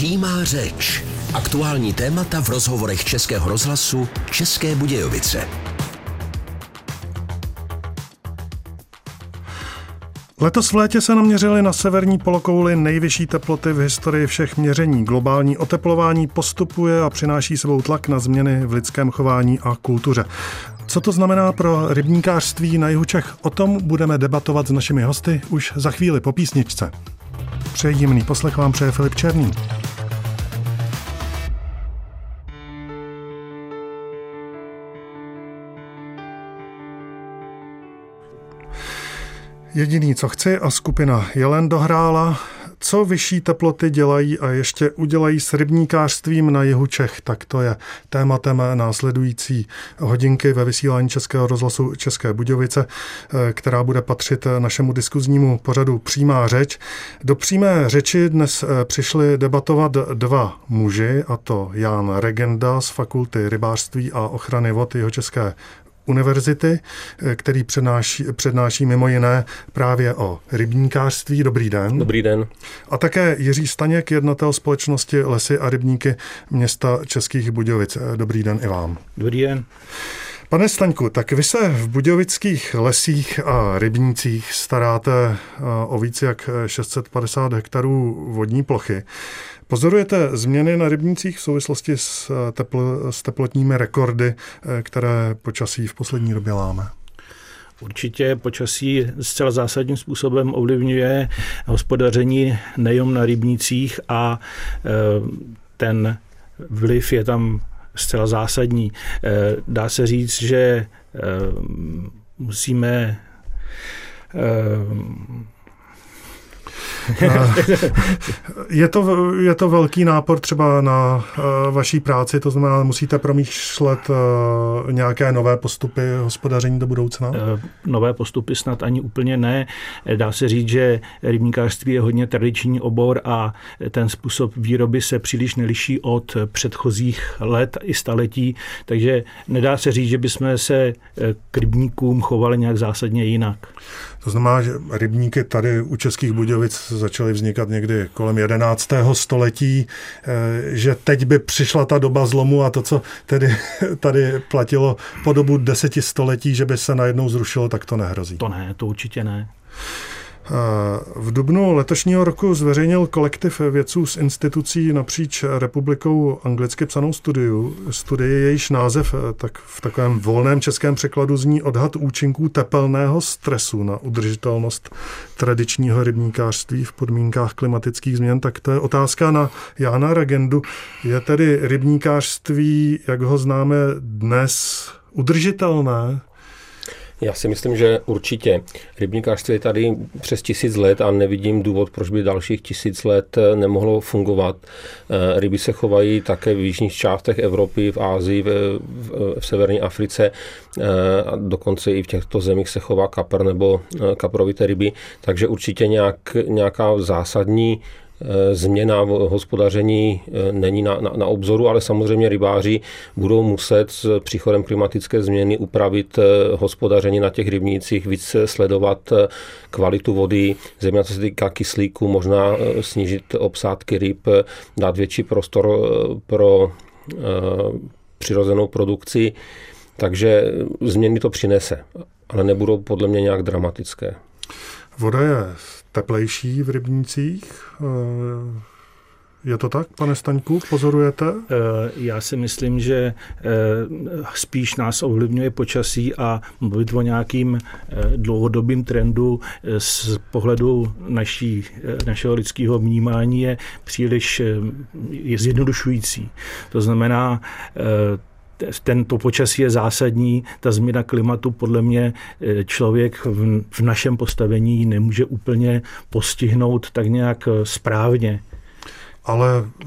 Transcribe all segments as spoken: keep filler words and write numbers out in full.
Přímá řeč. Aktuální témata v rozhovorech Českého rozhlasu České Budějovice. Letos v létě se naměřily na severní polokouli nejvyšší teploty v historii všech měření. Globální oteplování postupuje a přináší sebou tlak na změny v lidském chování a kultuře. Co to znamená pro rybníkářství na jihu Čech? O tom budeme debatovat s našimi hosty už za chvíli po písničce. Příjemný poslech vám přeje Filip Černý. Jediný, co chci a skupina Jelen dohrála. Co vyšší teploty dělají a ještě udělají s rybníkářstvím na jihu Čech, tak to je tématem následující hodinky ve vysílání Českého rozhlasu České Budějovice, která bude patřit našemu diskuznímu pořadu Přímá řeč. Do přímé řeči dnes přišli debatovat dva muži, a to Jan Regenda z Fakulty rybářství a ochrany vod Jihočeské univerzity, který přednáší, přednáší mimo jiné právě o rybníkářství. Dobrý den. Dobrý den. A také Jiří Staněk, jednatel společnosti Lesy a rybníky města Českých Budějovic. Dobrý den i vám. Dobrý den. Pane Staňku, tak vy se v budějovických lesích a rybnících staráte o víc jak šest set padesát hektarů vodní plochy. Pozorujete změny na rybnících v souvislosti s, tepl, s teplotními rekordy, které počasí v poslední době láme? Určitě počasí zcela zásadním způsobem ovlivňuje hospodaření nejen na rybnících a ten vliv je tam zcela zásadní. Dá se říct, že musíme Je to, je to velký nápor třeba na vaší práci, to znamená, musíte promýšlet nějaké nové postupy hospodaření do budoucna? Nové postupy snad ani úplně ne. Dá se říct, že rybníkářství je hodně tradiční obor a ten způsob výroby se příliš neliší od předchozích let i staletí, takže nedá se říct, že bychom se k rybníkům chovali nějak zásadně jinak. To znamená, že rybníky tady u Českých Budějovic začaly vznikat někdy kolem jedenáctého století, že teď by přišla ta doba zlomu a to, co tedy tady platilo po dobu deseti století, že by se najednou zrušilo, tak to nehrozí. To ne, to určitě ne. V dubnu letošního roku zveřejnil kolektiv vědců z institucí napříč republikou anglicky psanou studiu. Studie, jejíž název tak v takovém volném českém překladu zní Odhad účinků tepelného stresu na udržitelnost tradičního rybníkářství v podmínkách klimatických změn. Tak to je otázka na Jana Regendu. Je tedy rybníkářství, jak ho známe dnes, udržitelné? Já si myslím, že určitě. Rybníkářství je tady přes tisíc let a nevidím důvod, proč by dalších tisíc let nemohlo fungovat. Ryby se chovají také v jižních částech Evropy, v Asii, v, v, v severní Africe a dokonce i v těchto zemích se chová kapr nebo kaprovité ryby, takže určitě nějak, nějaká zásadní změna v hospodaření není na, na, na obzoru, ale samozřejmě rybáři budou muset s příchodem klimatické změny upravit hospodaření na těch rybnících, víc sledovat kvalitu vody, zejména co se týká kyslíku, možná snížit obsádky ryb, dát větší prostor pro uh, přirozenou produkci, takže změny to přinese, ale nebudou podle mě nějak dramatické. Voda je teplejší v rybnících. Je to tak, pane Staňku? Pozorujete? Já si myslím, že spíš nás ovlivňuje počasí a mluvit o nějakým dlouhodobým trendu z pohledu naší, našeho lidského vnímání je příliš je zjednodušující. To znamená, tento počasí je zásadní, ta změna klimatu podle mě člověk v, v našem postavení nemůže úplně postihnout tak nějak správně. Ale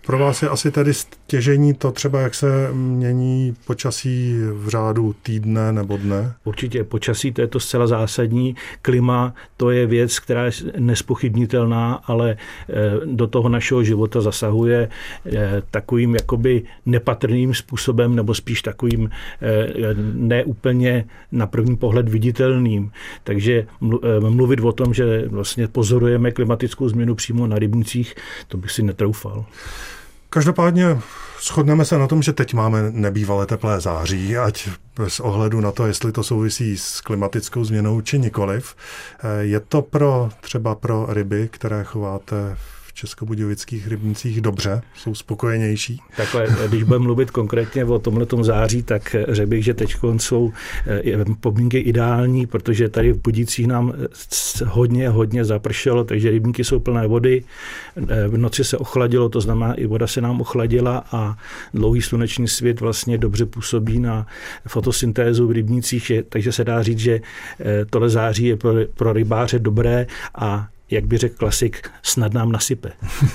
Pro vás je asi tedy stěžení to třeba, jak se mění počasí v řádu týdne nebo dne? Určitě počasí, to je to zcela zásadní. Klima, to je věc, která je nespochybnitelná, ale do toho našeho života zasahuje takovým jakoby nepatrným způsobem, nebo spíš takovým neúplně na první pohled viditelným. Takže mluvit o tom, že vlastně pozorujeme klimatickou změnu přímo na rybnících, to bych si netroufal. Každopádně shodneme se na tom, že teď máme nebývalé teplé září, ať bez ohledu na to, jestli to souvisí s klimatickou změnou či nikoliv. Je to pro třeba pro ryby, které chováte v českobudějovických rybnících dobře? Jsou spokojenější? Takhle, když budeme mluvit konkrétně o tomhletom září, tak řekl bych, že teď jsou podmínky ideální, protože tady v Budících nám hodně, hodně zapršelo, takže rybníky jsou plné vody. V noci se ochladilo, to znamená, i voda se nám ochladila a dlouhý sluneční svět vlastně dobře působí na fotosyntézu v rybnících, takže se dá říct, že tohle září je pro, pro rybáře dobré a jak by řekl klasik, snad nám nasype.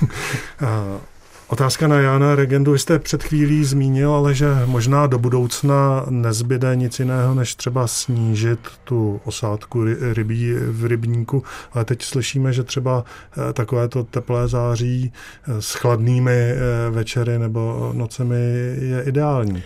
Otázka na Jána Regendu. Vy jste před chvílí zmínil, ale že možná do budoucna nezbyde nic jiného, než třeba snížit tu osádku rybí v rybníku. Ale teď slyšíme, že třeba takovéto teplé září s chladnými večery nebo nocemi je ideální.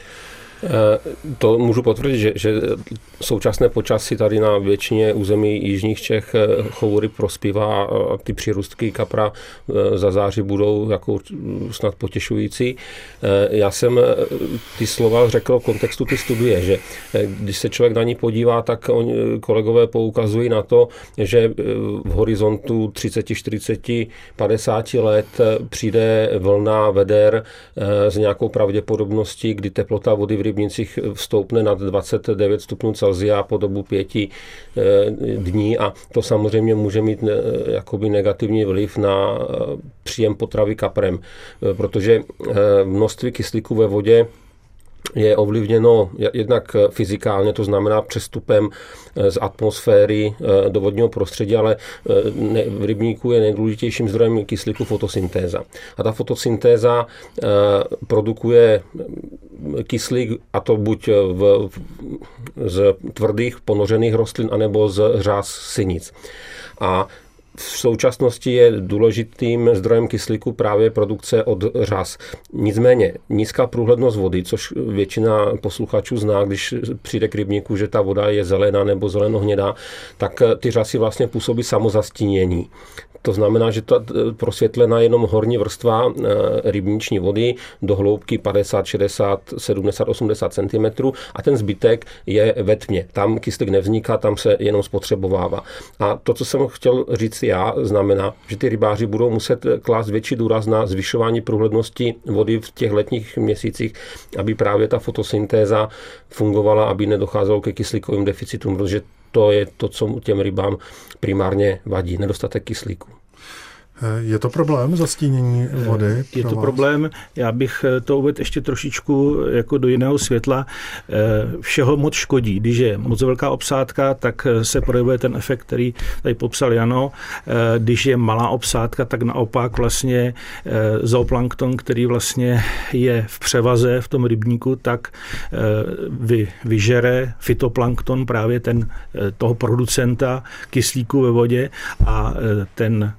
To můžu potvrdit, že, že současné počasí tady na většině území jižních Čech chovu ryb prospívá a ty přírůstky kapra za září budou jako snad potěšující. Já jsem ty slova řekl v kontextu ty studie, že když se člověk na ní podívá, tak oni, kolegové poukazují na to, že v horizontu třicet, čtyřicet, padesát let přijde vlna veder s nějakou pravděpodobností, kdy teplota vody v rybnících vstoupne nad dvacet devět stupňů Celsia po dobu pěti dní a to samozřejmě může mít jakoby negativní vliv na příjem potravy kaprem, protože množství kyslíku ve vodě je ovlivněno jednak fyzikálně, to znamená přestupem z atmosféry do vodního prostředí, ale v rybníku je nejdůležitějším zdrojem kyslíku fotosyntéza. A ta fotosyntéza produkuje kyslík, a to buď v, z tvrdých ponořených rostlin, anebo z řas sinic. A v současnosti je důležitým zdrojem kyslíku právě produkce od řas. Nicméně nízká průhlednost vody, což většina posluchačů zná, když přijde k rybníku, že ta voda je zelená nebo zelenohnědá, tak ty řasy vlastně působí samozastínění. To znamená, že ta prosvětlená jenom horní vrstva rybniční vody do hloubky padesát, šedesát, sedmdesát, osmdesát centimetrů a ten zbytek je ve tmě. Tam kyslík nevzniká, tam se jenom spotřebovává. A to, co jsem chtěl říct já, znamená, že ty rybáři budou muset klást větší důraz na zvyšování průhlednosti vody v těch letních měsících, aby právě ta fotosyntéza fungovala, aby nedocházelo ke kyslíkovým deficitům, protože to je to, co těm rybám primárně vadí, nedostatek kyslíku. Je to problém zastínění vody? Je to problém, já bych to uvedl ještě trošičku jako do jiného světla. Všeho moc škodí. Když je moc velká obsádka, tak se projevuje ten efekt, který tady popsal Jano. Když je malá obsádka, tak naopak vlastně zooplankton, který vlastně je v převaze v tom rybníku, tak vy, vyžere fytoplankton, právě ten, toho producenta kyslíku ve vodě a ten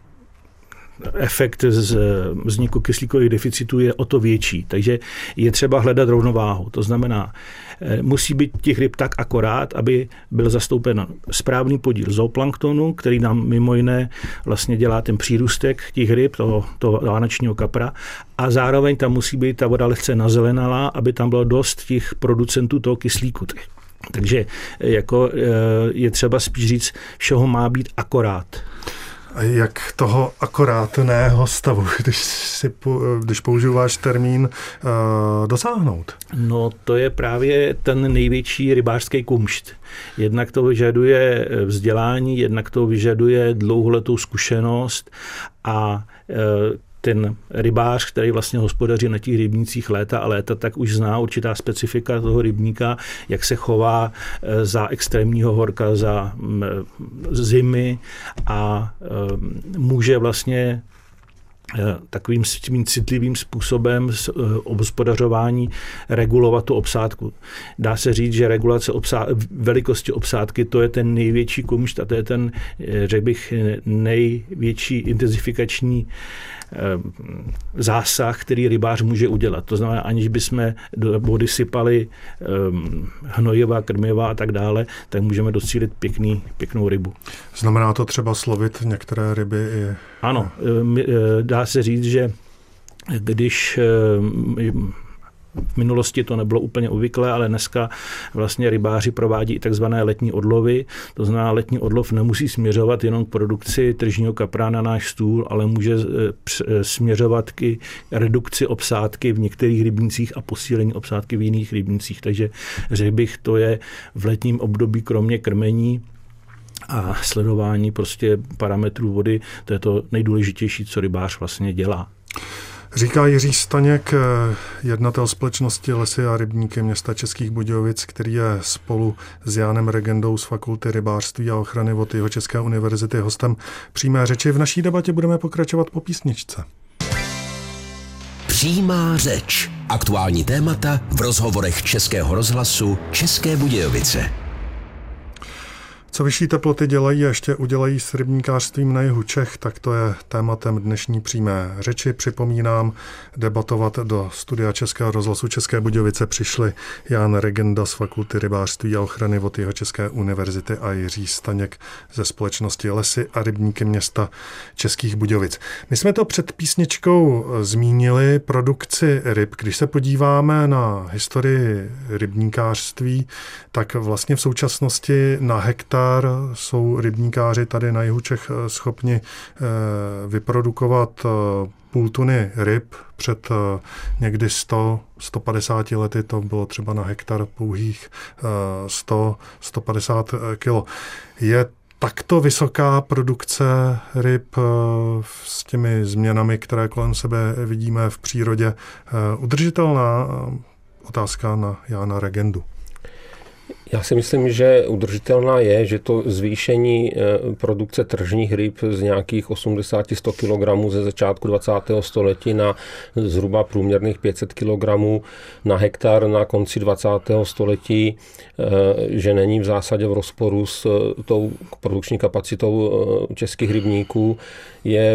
efekt z vzniku kyslíkových deficitů je o to větší. Takže je třeba hledat rovnováhu. To znamená, musí být těch ryb tak akorát, aby byl zastoupen správný podíl zooplanktonu, který nám mimo jiné vlastně dělá ten přírůstek těch ryb, toho, toho vánočního kapra, a zároveň tam musí být ta voda lehce nazelenalá, aby tam bylo dost těch producentů toho kyslíku. Takže jako je třeba spíš říct, všeho má být akorát. A jak toho akorátného stavu, když, si, když použiju váš termín, dosáhnout? No to je právě ten největší rybářský kumšt. Jednak to vyžaduje vzdělání, jednak to vyžaduje dlouholetou zkušenost a ten rybář, který vlastně hospodaří na těch rybnících léta a léta, tak už zná určitá specifika toho rybníka, jak se chová za extrémního horka, za zimy a může vlastně takovým tím citlivým způsobem obhospodařování regulovat tu obsádku. Dá se říct, že regulace obsá- velikosti obsádky, to je ten největší kumšt a to je ten, řekl bych, největší intenzifikační zásah, který rybář může udělat. To znamená, aniž bychom do vody sypali hnojiva, krmiva a tak dále, tak můžeme docílit pěkný, pěknou rybu. Znamená to třeba slovit některé ryby i... Ano, dá se říct, že když v minulosti to nebylo úplně obvyklé, ale dneska vlastně rybáři provádí i takzvané letní odlovy. To znamená, letní odlov nemusí směřovat jenom k produkci tržního kapra na náš stůl, ale může směřovat k redukci obsádky v některých rybnících a posílení obsádky v jiných rybnících. Takže řekl bych, to je v letním období kromě krmení a sledování prostě parametrů vody, to je to nejdůležitější, co rybář vlastně dělá. Říká Jiří Staněk, jednatel společnosti Lesy a rybníky města Českých Budějovic, který je spolu s Jánem Regendou z Fakulty rybářství a ochrany vod Jihočeské univerzity hostem přímé řeči. V naší debatě budeme pokračovat po písničce. Přímá řeč. Aktuální témata v rozhovorech Českého rozhlasu České Budějovice. Co vyšší teploty dělají a ještě udělají s rybníkářstvím na jihu Čech, tak to je tématem dnešní přímé řeči. Připomínám, debatovat do studia Českého rozhlasu České Budějovice přišli Jan Regenda z Fakulty rybářství a ochrany vod Jihočeské univerzity a Jiří Staněk ze společnosti Lesy a rybníky města Českých Budějovic. My jsme to před písničkou zmínili, produkci ryb. Když se podíváme na historii rybníkářství, tak vlastně v současnosti na hektar jsou rybníkáři tady na jihu Čech schopni vyprodukovat půl tuny ryb. Před někdy sto, sto padesát lety to bylo třeba na hektar pouhých sto, sto padesát kilo. Je takto vysoká produkce ryb s těmi změnami, které kolem sebe vidíme v přírodě, udržitelná? Otázka na Jána Regendu. Já si myslím, že udržitelná je, že to zvýšení produkce tržních ryb z nějakých osmdesát až sto kilogramů ze začátku dvacátého století na zhruba průměrných pět set kilogramů na hektar na konci dvacátého století, že není v zásadě v rozporu s tou produkční kapacitou českých rybníků, je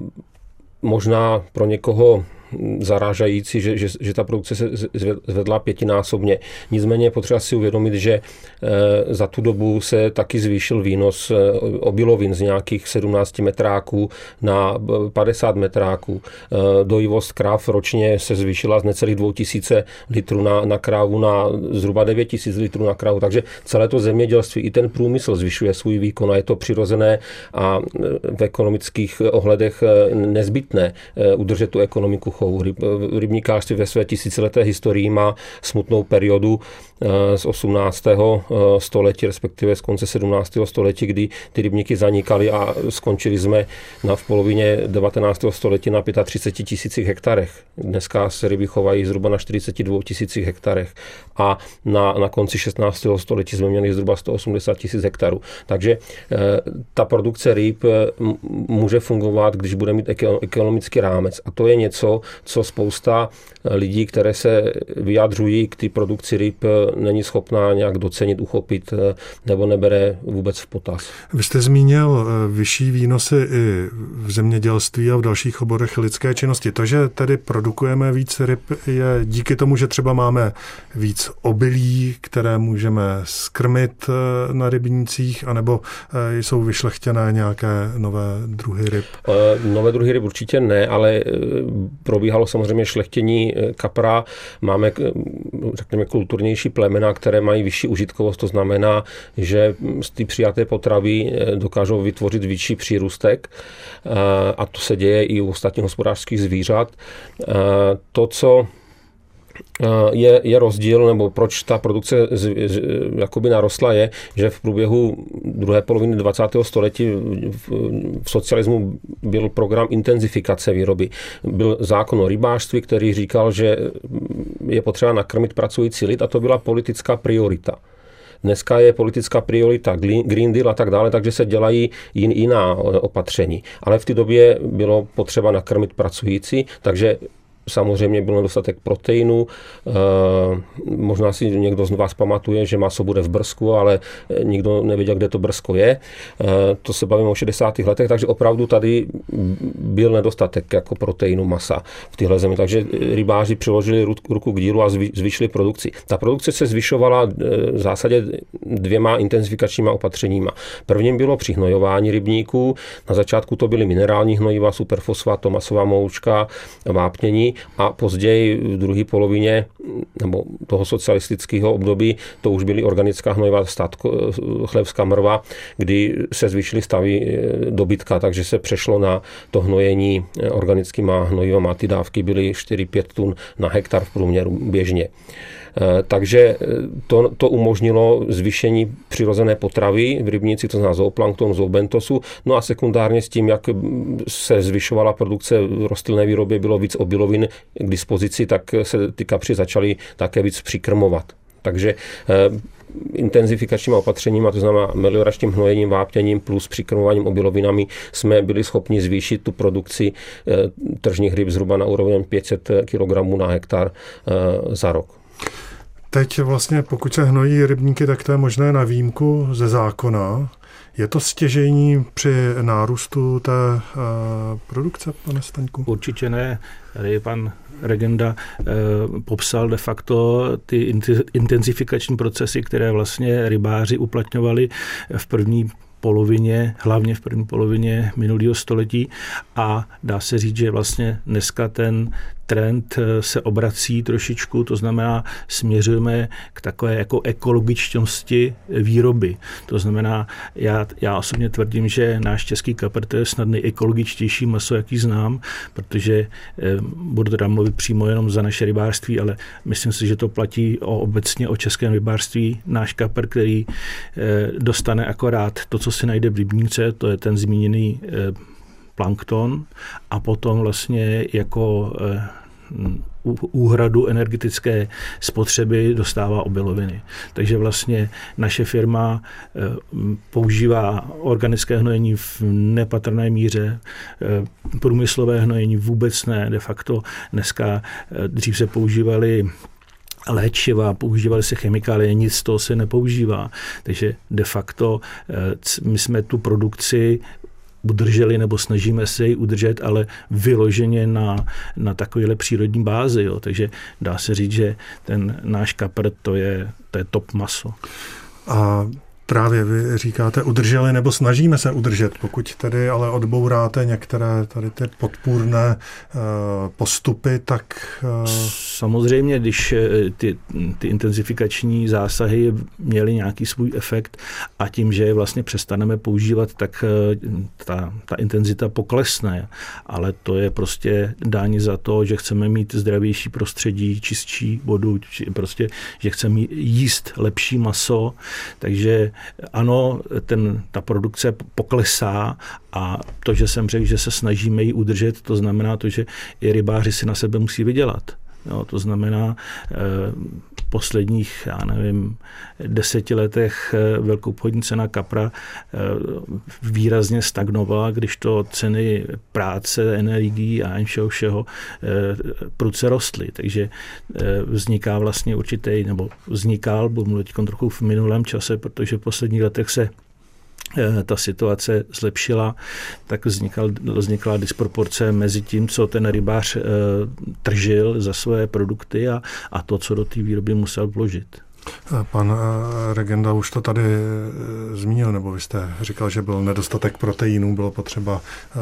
možná pro někoho zarážající, že, že, že ta produkce se zvedla pětinásobně. Nicméně je potřeba si uvědomit, že za tu dobu se taky zvýšil výnos obilovin z nějakých sedmnáct metráků na padesát metráků. Dojivost krav ročně se zvýšila z necelých dvou tisíc litrů na, na krávu na zhruba devět tisíc litrů na krávu. Takže celé to zemědělství i ten průmysl zvyšuje svůj výkon a je to přirozené a v ekonomických ohledech nezbytné udržet tu ekonomiku chovu. Ryb, rybníkářství ve své tisícileté historii má smutnou periodu z osmnáctého století, respektive z konce sedmnáctého století, kdy ty rybníky zanikaly a skončili jsme na v polovině devatenáctého století na třicet pět tisících hektarech. Dneska se ryby chovají zhruba na čtyřicet dva tisících hektarech a na, na konci šestnáctého století jsme měli zhruba sto osmdesát tisíc hektarů. Takže ta produkce ryb může fungovat, když bude mít ekonomický rámec. A to je něco, co spousta lidí, které se vyjadřují k té produkci ryb, není schopná nějak docenit, uchopit nebo nebere vůbec v potaz. Vy jste zmínil vyšší výnosy i v zemědělství a v dalších oborech lidské činnosti. To, že tedy produkujeme víc ryb, je díky tomu, že třeba máme víc obilí, které můžeme skrmit na rybnících, anebo jsou vyšlechtěné nějaké nové druhy ryb? Nové druhy ryb určitě ne, ale probíhalo samozřejmě šlechtění kapra. Máme, řekněme, kulturnější plemena, které mají vyšší užitkovost, to znamená, že z té přijaté potravy dokážou vytvořit větší přírůstek a to se děje i u ostatních hospodářských zvířat. To, co Je, je rozdíl, nebo proč ta produkce z, z, jakoby narostla, je, že v průběhu druhé poloviny dvacátého století v, v socialismu byl program intenzifikace výroby. Byl zákon o rybářství, který říkal, že je potřeba nakrmit pracující lid a to byla politická priorita. Dneska je politická priorita Green Deal a tak dále, takže se dělají jin, jiná opatření. Ale v té době bylo potřeba nakrmit pracující, takže samozřejmě byl nedostatek proteinu. Možná si někdo z vás pamatuje, že maso bude v Brzku, ale nikdo nevěděl, kde to Brzko je. To se bavíme o šedesátých letech, takže opravdu tady byl nedostatek jako proteinu masa v téhle zemi. Takže rybáři přiložili ruku k dílu a zvýšili produkci. Ta produkce se zvyšovala v zásadě dvěma intenzifikačníma opatřeníma. Prvním bylo přihnojování rybníků. Na začátku to byly minerální hnojiva, superfosfát, masová moučka, vápnění. A později v druhé polovině nebo toho socialistického období to už byly organická hnojiva, státko, chlebská mrva, kdy se zvýšily stavy dobytka, takže se přešlo na to hnojení organickýma hnojivama. Ty dávky byly čtyři pět tun na hektar v průměru běžně. Takže to, to umožnilo zvýšení přirozené potravy v rybníci, to znamená zooplanktonu, zoobentosu. No a sekundárně s tím, jak se zvyšovala produkce v rostlinné výrobě, bylo víc obilovin k dispozici, tak se ty kapři začaly také víc přikrmovat. Takže eh, intenzifikačníma opatřeníma, to znamená melioračním hnojením, vápněním plus přikrmováním obilovinami, jsme byli schopni zvýšit tu produkci eh, tržních ryb zhruba na úroveň pět set kilogramů na hektar eh, za rok. Teď vlastně, pokud se hnojí rybníky, tak to je možné na výjimku ze zákona. Je to stěžejní při nárůstu té uh, produkce, pane Staňku? Určitě ne. Tady pan Regenda uh, popsal de facto ty intenzifikační procesy, které vlastně rybáři uplatňovali v první polovině, hlavně v první polovině minulého století a dá se říct, že vlastně dneska ten trend se obrací trošičku, to znamená směřujeme k takové jako ekologičnosti výroby. To znamená, já, já osobně tvrdím, že náš český kapr to je snad nejekologičtější maso, jaký znám, protože eh, budu teda mluvit přímo jenom za naše rybářství, ale myslím si, že to platí o, obecně o českém rybářství. Náš kapr, který eh, dostane akorát to, co se najde v rybníce, to je ten zmíněný eh, plankton a potom vlastně jako úhradu energetické spotřeby dostává obiloviny. Takže vlastně naše firma používá organické hnojení v nepatrné míře, průmyslové hnojení vůbec ne. De facto dneska dřív se používaly léčiva, používaly se chemikálie, nic z toho se nepoužívá. Takže de facto my jsme tu produkci udrželi nebo snažíme se ji udržet, ale vyloženě na, na takovéhle přírodní bázi. Jo. Takže dá se říct, že ten náš kapr to je, to je top maso. A právě vy říkáte udrželi nebo snažíme se udržet, pokud tedy ale odbouráte některé tady ty podpůrné uh, postupy, tak... Uh... Samozřejmě, když ty, ty intenzifikační zásahy měly nějaký svůj efekt a tím, že je vlastně přestaneme používat, tak ta, ta intenzita poklesne. Ale to je prostě dání za to, že chceme mít zdravější prostředí, čistší vodu, prostě, že chceme jíst lepší maso, takže ano, ten, ta produkce poklesá a to, že jsem řekl, že se snažíme ji udržet, to znamená to, že i rybáři si na sebe musí vydělat. Jo, to znamená, v posledních, já nevím, deseti letech velkoobchodní cena kapra výrazně stagnovala, když to ceny práce, energií a všeho všeho prudce rostly. Takže vzniká vlastně určitý, nebo vznikal, budu mluvit trochu v minulém čase, protože v posledních letech se ta situace zlepšila, tak vznikla, vznikla disproporce mezi tím, co ten rybář e, tržil za své produkty a, a to, co do té výroby musel vložit. Pan Regenda už to tady zmínil, nebo vy jste říkal, že byl nedostatek proteinů, bylo potřeba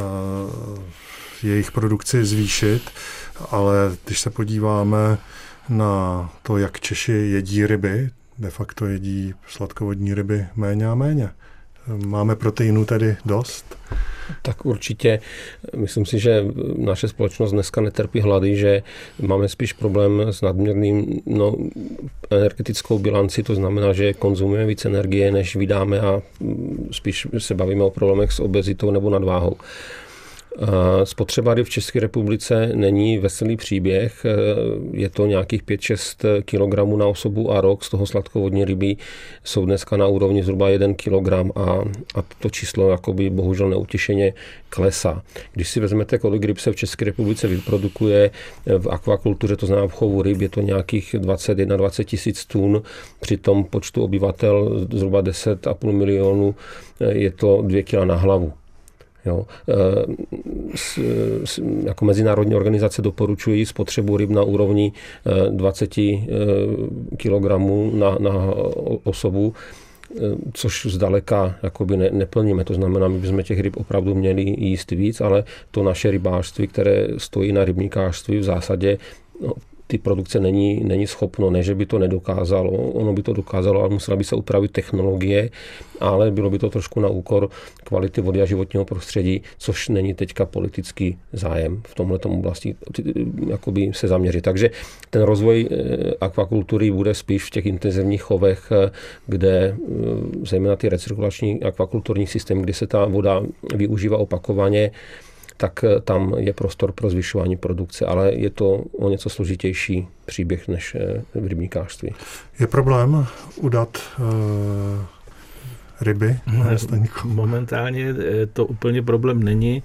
e, jejich produkci zvýšit, ale když se podíváme na to, jak Češi jedí ryby, de facto jedí sladkovodní ryby méně a méně. Máme proteinů tedy dost? Tak určitě. Myslím si, že naše společnost dneska netrpí hlady, že máme spíš problém s nadměrným no, energetickou bilanci, to znamená, že konzumujeme víc energie, než vydáme a spíš se bavíme o problémech s obezitou nebo nadváhou. Spotřeba ryb v České republice není veselý příběh, je to nějakých pět šest kilogramů na osobu a rok, z toho sladkovodní ryby jsou dneska na úrovni zhruba jeden kilogram a, a to číslo jakoby bohužel neutěšeně klesá. Když si vezmete, kolik ryb se v České republice vyprodukuje v akvakultuře, to znamená v chovu ryb, je to nějakých dvacet jedna dvacet tisíc tun, při tom počtu obyvatel zhruba deset a půl milionu je to dvě kila na hlavu. Jo. S, s, jako mezinárodní organizace doporučují spotřebu ryb na úrovni dvacet kilogramů na, na osobu, což zdaleka jakoby ne, neplníme. To znamená, my bychom těch ryb opravdu měli jíst víc, ale to naše rybářství, které stojí na rybníkářství, v zásadě no, ty produkce není, není schopno, ne, že by to nedokázalo, ono by to dokázalo, ale musela by se upravit technologie, ale bylo by to trošku na úkor kvality vody a životního prostředí, což není teďka politický zájem v tomhletom oblasti jakoby se zaměřit. Takže ten rozvoj akvakultury bude spíš v těch intenzivních chovech, kde zejména ty recirkulační akvakulturní systémy, kdy se ta voda využívá opakovaně, tak tam je prostor pro zvyšování produkce, ale je to o něco složitější příběh než v rybníkářství. Je problém udat uh, ryby? Momentálně to úplně problém není,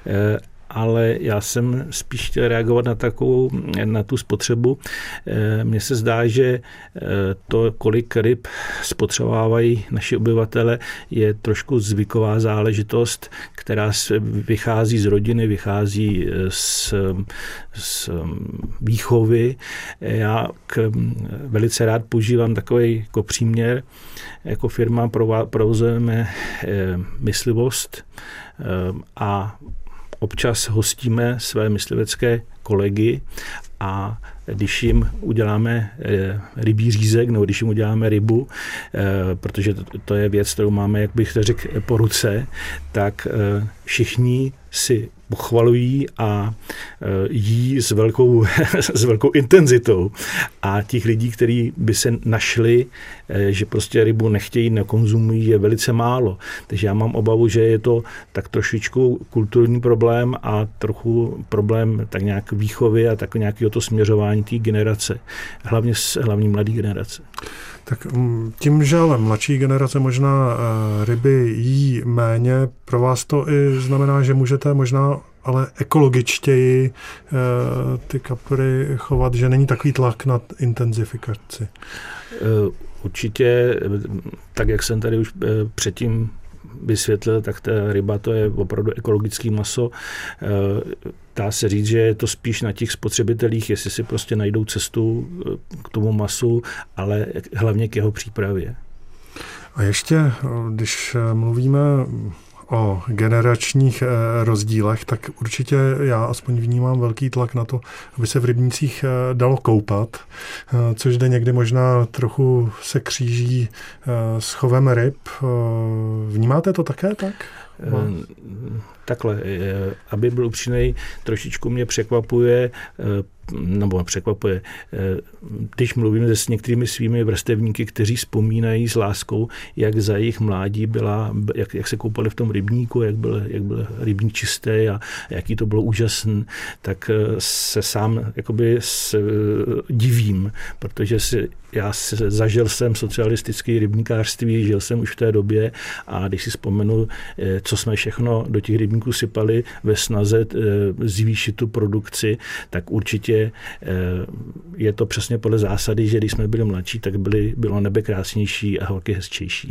ale já jsem spíš chtěl reagovat na takovou, na tu spotřebu. Mně se zdá, že to, kolik ryb spotřebovávají naši obyvatele, je trošku zvyková záležitost, která vychází z rodiny, vychází z, z výchovy. Já k, velice rád používám takový jako příměr. Jako firma provozujeme myslivost a občas hostíme své myslivecké kolegy a když jim uděláme rybí řízek, nebo když jim uděláme rybu, protože to je věc, kterou máme, jak bych to řekl, po ruce, tak všichni si pochvalují a jí s velkou, s velkou intenzitou. A těch lidí, kteří by se našli, že prostě rybu nechtějí, nekonzumují, je velice málo. Takže já mám obavu, že je to tak trošičku kulturní problém a trochu problém tak nějak výchovy a tak nějakého to směřování té generace. Hlavně, hlavně mladé generace. Tak tím, že ale mladší generace možná ryby jí méně, pro vás to i znamená, že můžete možná ale ekologičtěji ty kapry chovat, že není takový tlak na intenzifikaci? Určitě, tak jak jsem tady už předtím vysvětlil, tak ta ryba to je opravdu ekologický maso. Dá se říct, že je to spíš na těch spotřebitelích, jestli si prostě najdou cestu k tomu masu, ale hlavně k jeho přípravě. A ještě, když mluvíme o generačních rozdílech, tak určitě já aspoň vnímám velký tlak na to, aby se v rybnících dalo koupat, což jde někdy možná trochu se kříží s chovem ryb. Vnímáte to také tak? Takhle, aby byl upřímnej, trošičku mě překvapuje, nebo překvapuje, když mluvím s některými svými vrstevníky, kteří vzpomínají s láskou, jak za jejich mládí byla, jak, jak se koupali v tom rybníku, jak byl, jak byl rybník čistý a jaký to bylo úžasný, tak se sám jakoby s, divím, protože si, já si, zažil jsem socialistické rybníkářství, žil jsem už v té době a když si vzpomenu, co jsme všechno do těch rybníků sypali ve snaze zvýšit tu produkci, tak určitě je to přesně podle zásady, že když jsme byli mladší, tak byli, bylo nebe krásnější a horky hezčejší.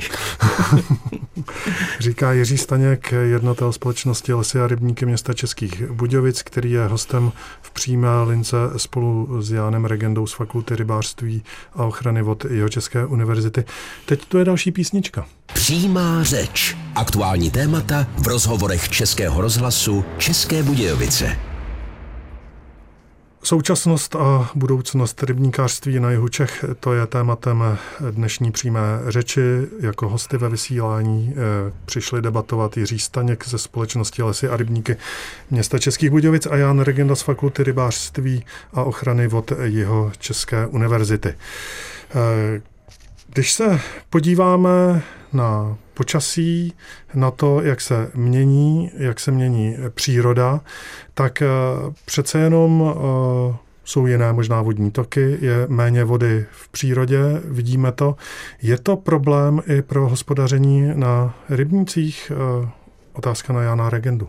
Říká Jiří Staněk, jednatel společnosti Lesy a rybníky města Českých Budějovic, který je hostem v přímé lince spolu s Jánem Regendou z Fakulty rybářství a ochrany vod Jihočeské univerzity. Teď tu je další písnička. Přímá řeč. Aktuální témata v rozhovorech Českého rozhlasu České Budějovice. Současnost a budoucnost rybníkářství na jihu Čech, to je tématem dnešní přímé řeči. Jako hosty ve vysílání přišli debatovat Jiří Staněk ze společnosti Lesy a rybníky města Českých Budějovic a Jan Regenda z Fakulty rybářství a ochrany vod Jihočeské univerzity. Když se podíváme na počasí, na to, jak se mění, jak se mění příroda, tak přece jenom jsou jiné možná vodní toky, je méně vody v přírodě, vidíme to. Je to problém i pro hospodaření na rybnících? Otázka na Jana Regendu.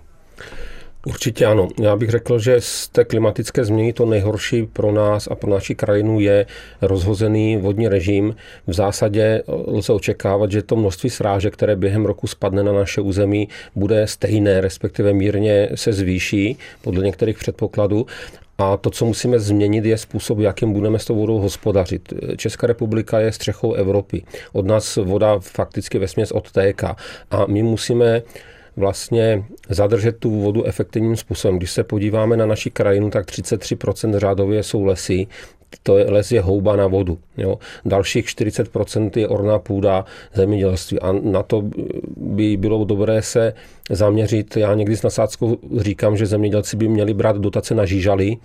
Určitě ano. Já bych řekl, že z té klimatické změny to nejhorší pro nás a pro naši krajinu je rozhozený vodní režim. V zásadě lze očekávat, že to množství srážek, které během roku spadne na naše území, bude stejné, respektive mírně se zvýší podle některých předpokladů. A to, co musíme změnit, je způsob, jakým budeme s tou vodou hospodařit. Česká republika je střechou Evropy. Od nás voda fakticky vesměs odtéká. A my musíme vlastně zadržet tu vodu efektivním způsobem. Když se podíváme na naši krajinu, tak třicet tři procent řádově jsou lesy. To je, les je houba na vodu. Jo. Dalších čtyřicet procent je orná půda, zemědělství. A na to by bylo dobré se zaměřit. Já někdy s nasádskou říkám, že zemědělci by měli brát dotace na žížaly,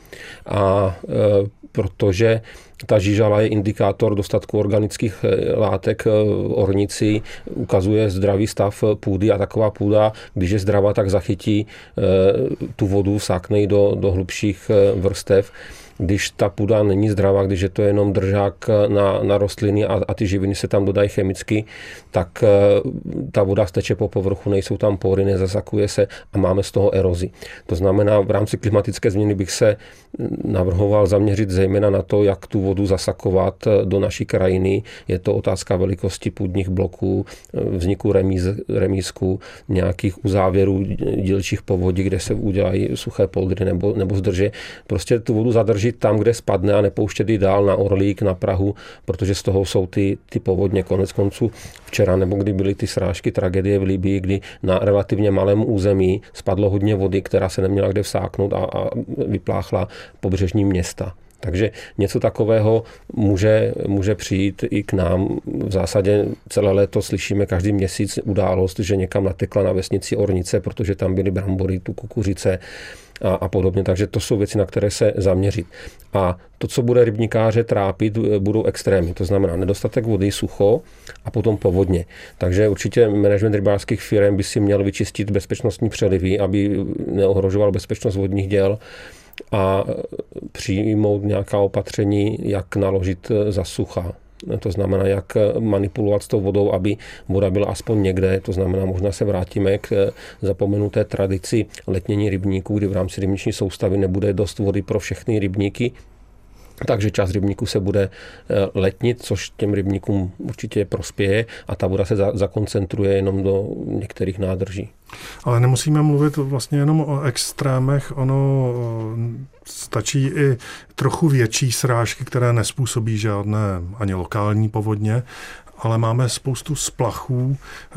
a e, protože ta žížala je indikátor dostatku organických látek v ornici, ukazuje zdravý stav půdy a taková půda, když je zdravá, tak zachytí e, tu vodu, sákne ji do, do hlubších vrstev. Když ta půda není zdravá, když je to jenom držák na, na rostliny a, a ty živiny se tam dodají chemicky, tak ta voda steče po povrchu, nejsou tam pory, nezasakuje se a máme z toho erozi. To znamená, v rámci klimatické změny bych se navrhoval zaměřit zejména na to, jak tu vodu zasakovat do naší krajiny. Je to otázka velikosti půdních bloků, vzniku remíz, remízků, nějakých uzávěrů dílčích povodí, kde se udělají suché poldry nebo, nebo zdrže. Prostě tu vodu zadrží tam, kde spadne a nepouštět ji dál na Orlík, na Prahu, protože z toho jsou ty, ty povodně. Konec konců včera, nebo kdy byly ty srážky, tragédie v Libyi, kdy na relativně malém území spadlo hodně vody, která se neměla kde vsáknout a, a vypláchla pobřežní města. Takže něco takového může, může přijít i k nám. V zásadě celé léto slyšíme každý měsíc událost, že někam natekla na vesnici ornice, protože tam byly brambory, tu kukuřice a, a podobně. Takže to jsou věci, na které se zaměřit. A to, co bude rybníkáře trápit, budou extrémy. To znamená nedostatek vody, sucho a potom povodně. Takže určitě management rybářských firem by si měl vyčistit bezpečnostní přelivy, aby neohrožoval bezpečnost vodních děl, a přijmout nějaká opatření, jak naložit za sucha. To znamená, jak manipulovat s tou vodou, aby voda byla aspoň někde. To znamená, možná se vrátíme k zapomenuté tradici letnění rybníků, kdy v rámci rybniční soustavy nebude dost vody pro všechny rybníky. Takže část rybníků se bude letnit, což těm rybníkům určitě prospěje a ta voda se za, zakoncentruje jenom do některých nádrží. Ale nemusíme mluvit vlastně jenom o extrémech, ono stačí i trochu větší srážky, které nezpůsobí žádné ani lokální povodně, ale máme spoustu splachů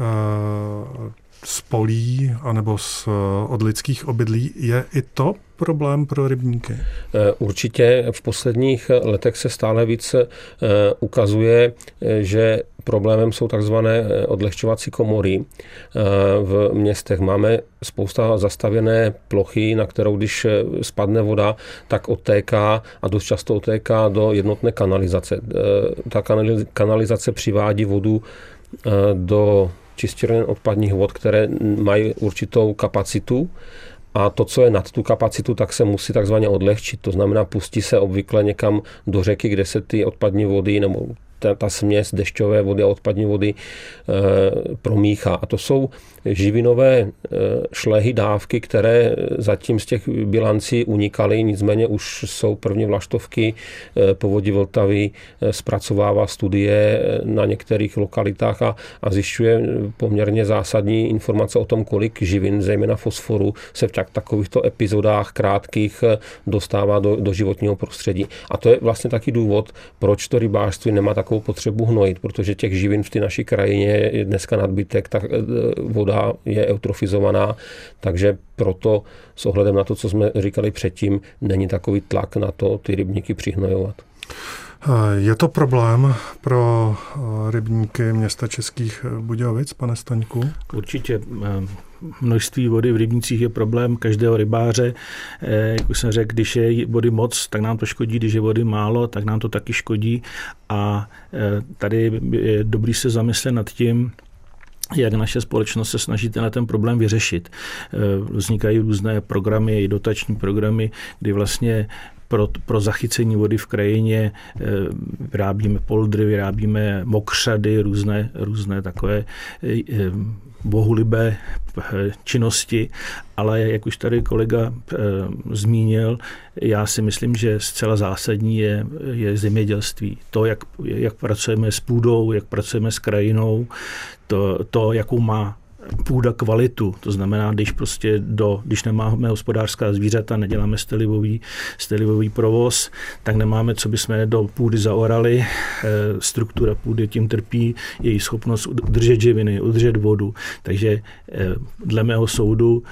z polí anebo z, od lidských obydlí. Je i to problém pro rybníky? Určitě v posledních letech se stále víc ukazuje, že problémem jsou takzvané odlehčovací komory v městech. Máme spousta zastavěné plochy, na kterou když spadne voda, tak odtéká a dost často odtéká do jednotné kanalizace. Ta kanalizace přivádí vodu do čistíren odpadních vod, které mají určitou kapacitu, a to, co je nad tu kapacitu, tak se musí takzvaně odlehčit. To znamená, pustí se obvykle někam do řeky, kde se ty odpadní vody nebo ta, ta směs dešťové vody a odpadní vody e, promíchá. A to jsou živinové e, šlehy, dávky, které zatím z těch bilancí unikaly, nicméně už jsou první vlaštovky e, povodí Vltavy, e, zpracovává studie na některých lokalitách a, a zjišťuje poměrně zásadní informace o tom, kolik živin, zejména fosforu, se v takovýchto epizodách krátkých dostává do, do životního prostředí. A to je vlastně taky důvod, proč to rybářství nemá takovou potřebu hnojit, protože těch živin v té naší krajině je dneska nadbytek, tak voda je eutrofizovaná, takže proto s ohledem na to, co jsme říkali předtím, není takový tlak na to ty rybníky přihnojovat. Je to problém pro rybníky města Českých Budějovic, pane Staňku? Určitě. Množství vody v rybnících je problém každého rybáře. Jak už jsem řekl, když je vody moc, tak nám to škodí, když je vody málo, tak nám to taky škodí. A tady je dobrý se zamyslet nad tím, jak naše společnost se snaží na ten problém vyřešit. Vznikají různé programy, i dotační programy, kdy vlastně pro, pro zachycení vody v krajině vyrábíme poldry, vyrábíme mokřady, různé, různé takové bohulibé činnosti, ale jak už tady kolega e, zmínil, já si myslím, že zcela zásadní je, je zemědělství. To, jak, jak pracujeme s půdou, jak pracujeme s krajinou, to, to jakou má půda kvalitu, to znamená, když prostě do, když nemáme hospodářská zvířata, neděláme stelivový, stelivový provoz, tak nemáme, co bychom do půdy zaorali. Struktura půdy tím trpí, její schopnost udržet živiny, udržet vodu. Takže dle mého soudu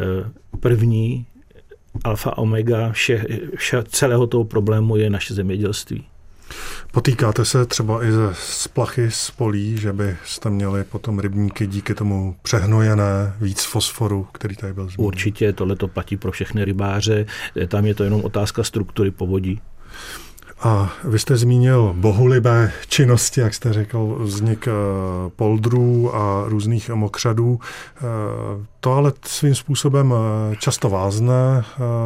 první alfa omega vše, vše, celého toho problému je naše zemědělství. Potýkáte se třeba i ze splachy z polí, že byste měli potom rybníky díky tomu přehnojené, víc fosforu, který tady byl zmíněn? Určitě, tohle to platí pro všechny rybáře, tam je to jenom otázka struktury povodí. A vy jste zmínil bohulibé činnosti, jak jste řekl, vznik poldrů a různých mokřadů. To ale svým způsobem často vázne.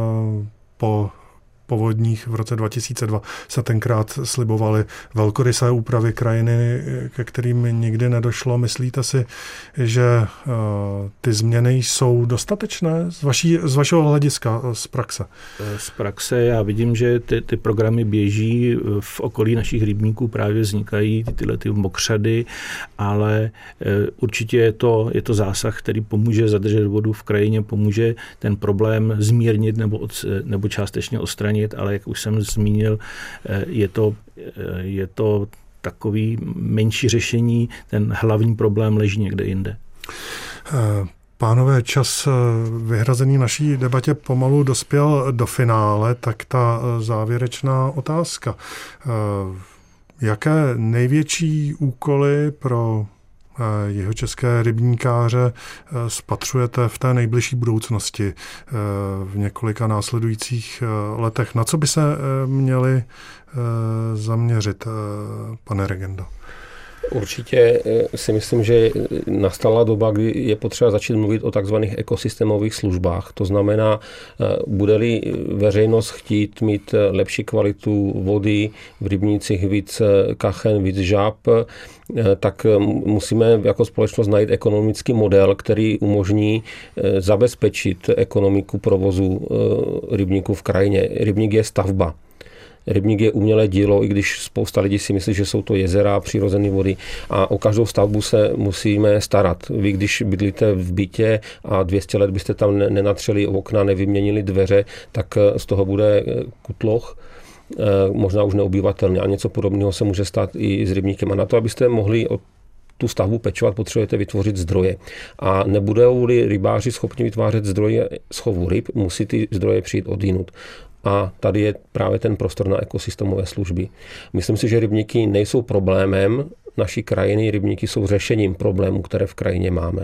Po povodních v roce dva tisíce dva se tenkrát slibovaly velkorysé úpravy krajiny, ke kterým nikdy nedošlo. Myslíte si, že uh, ty změny jsou dostatečné z, vaší, z vašeho hlediska, z praxe? Z praxe já vidím, že ty, ty programy běží, v okolí našich rybníků právě vznikají ty, tyhle ty mokřady, ale uh, určitě je to, je to zásah, který pomůže zadržet vodu v krajině, pomůže ten problém zmírnit nebo, od, nebo částečně odstranit, ale jak už jsem zmínil, je to, je to takový menší řešení, ten hlavní problém leží někde jinde. Pánové, čas vyhrazený naší debatě pomalu dospěl do finále, tak ta závěrečná otázka. Jaké největší úkoly pro jihočeské rybníkáře spatřujete v té nejbližší budoucnosti v několika následujících letech? Na co by se měli zaměřit, pane regendo? Určitě si myslím, že nastala doba, kdy je potřeba začít mluvit o takzvaných ekosystémových službách. To znamená, bude-li veřejnost chtít mít lepší kvalitu vody, v rybnících víc kachen, víc žáb, tak musíme jako společnost najít ekonomický model, který umožní zabezpečit ekonomiku provozu rybníků v krajině. Rybník je stavba. Rybník je umělé dílo, i když spousta lidí si myslí, že jsou to jezera, přirozené vody a o každou stavbu se musíme starat. Vy, když bydlíte v bytě a dvě stě let byste tam nenatřeli okna, nevyměnili dveře, tak z toho bude kutloch, možná už neobyvatelný. A něco podobného se může stát i s rybníkem. A na to, abyste mohli od tu stavbu pečovat, potřebujete vytvořit zdroje. A nebudou-li rybáři schopni vytvářet zdroje schovu ryb, musí ty zdroje přijít odjinud. A tady je právě ten prostor na ekosystémové služby. Myslím si, že rybníky nejsou problémem naší krajiny, rybníky jsou řešením problémů, které v krajině máme.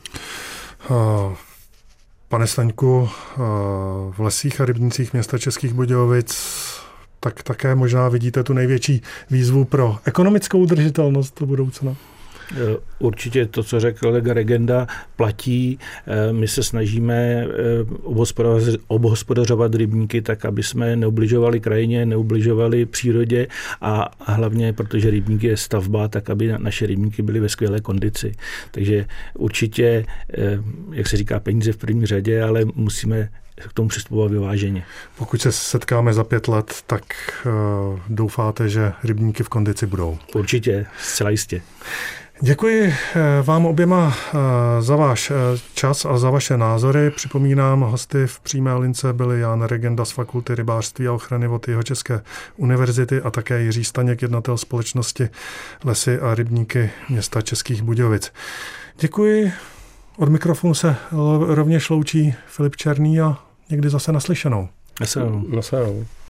Pane Staňku, v lesích a rybnících města Českých Budějovic tak také možná vidíte tu největší výzvu pro ekonomickou udržitelnost do budoucna? Určitě to, co řekl kolega Regenda, platí. My se snažíme obhospodařovat rybníky tak, aby jsme neubližovali krajině, neubližovali přírodě a hlavně, protože rybník je stavba, tak aby naše rybníky byly ve skvělé kondici. Takže určitě, jak se říká, peníze v první řadě, ale musíme k tomu přistupovat vyváženě. Pokud se setkáme za pět let, tak uh, doufáte, že rybníky v kondici budou? Určitě, zcela jistě. Děkuji vám oběma za váš čas a za vaše názory. Připomínám, hosty v přímé lince byli Jan Regenda z Fakulty rybářství a ochrany vod Jihočeské univerzity a také Jiří Staněk, jednatel společnosti Lesy a rybníky města Českých Budějovic. Děkuji. Od mikrofonu se rovněž loučí Filip Černý a někdy zase naslyšenou. Naslyšenou. Naslyšenou.